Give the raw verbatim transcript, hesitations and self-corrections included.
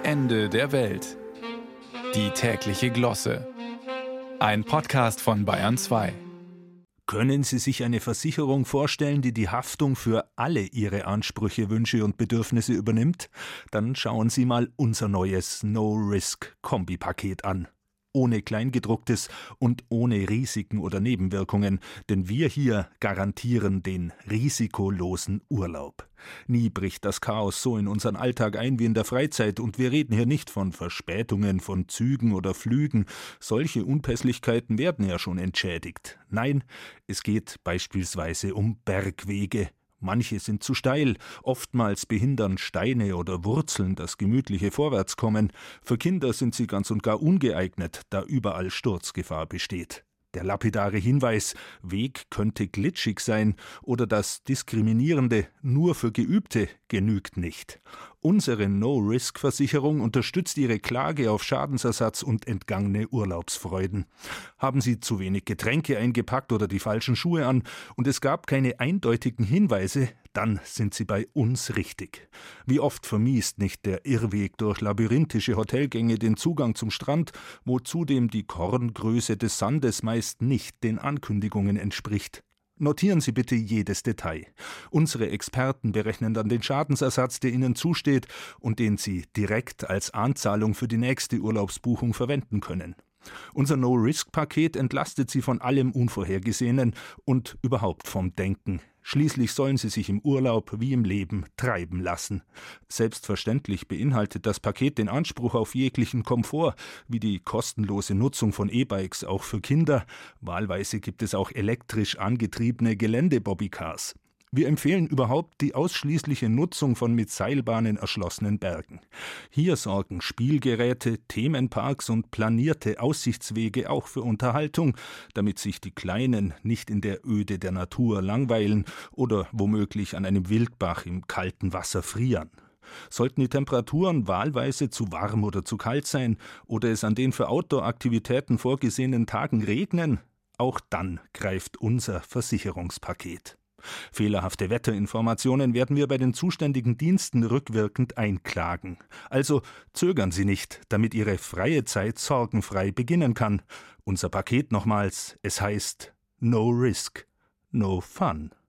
Ende der Welt. Die tägliche Glosse. Ein Podcast von Bayern zwei. Können Sie sich eine Versicherung vorstellen, die die Haftung für alle Ihre Ansprüche, Wünsche und Bedürfnisse übernimmt? Dann schauen Sie mal unser neues No-Risk-Kombi-Paket an. Ohne Kleingedrucktes und ohne Risiken oder Nebenwirkungen, denn wir hier garantieren den risikolosen Urlaub. Nie bricht das Chaos so in unseren Alltag ein wie in der Freizeit, und wir reden hier nicht von Verspätungen, von Zügen oder Flügen. Solche Unpässlichkeiten werden ja schon entschädigt. Nein, es geht beispielsweise um Bergwege. Manche sind zu steil, oftmals behindern Steine oder Wurzeln das gemütliche Vorwärtskommen. Für Kinder sind sie ganz und gar ungeeignet, da überall Sturzgefahr besteht. Der lapidare Hinweis, Weg könnte glitschig sein, oder das diskriminierende nur für Geübte genügt nicht. Unsere No-Risk-Versicherung unterstützt Ihre Klage auf Schadensersatz und entgangene Urlaubsfreuden. Haben Sie zu wenig Getränke eingepackt oder die falschen Schuhe an und es gab keine eindeutigen Hinweise, dann sind Sie bei uns richtig. Wie oft vermiest nicht der Irrweg durch labyrinthische Hotelgänge den Zugang zum Strand, wo zudem die Korngröße des Sandes meist nicht den Ankündigungen entspricht. Notieren Sie bitte jedes Detail. Unsere Experten berechnen dann den Schadensersatz, der Ihnen zusteht und den Sie direkt als Anzahlung für die nächste Urlaubsbuchung verwenden können. Unser No-Risk-Paket entlastet Sie von allem Unvorhergesehenen und überhaupt vom Denken. Schließlich sollen Sie sich im Urlaub wie im Leben treiben lassen. Selbstverständlich beinhaltet das Paket den Anspruch auf jeglichen Komfort, wie die kostenlose Nutzung von E-Bikes auch für Kinder. Wahlweise gibt es auch elektrisch angetriebene Gelände-Bobbycars. Wir empfehlen überhaupt die ausschließliche Nutzung von mit Seilbahnen erschlossenen Bergen. Hier sorgen Spielgeräte, Themenparks und planierte Aussichtswege auch für Unterhaltung, damit sich die Kleinen nicht in der Öde der Natur langweilen oder womöglich an einem Wildbach im kalten Wasser frieren. Sollten die Temperaturen wahlweise zu warm oder zu kalt sein oder es an den für Outdoor-Aktivitäten vorgesehenen Tagen regnen, auch dann greift unser Versicherungspaket. Fehlerhafte Wetterinformationen werden wir bei den zuständigen Diensten rückwirkend einklagen. Also zögern Sie nicht, damit Ihre freie Zeit sorgenfrei beginnen kann. Unser Paket nochmals, es heißt No Risk, No Fun.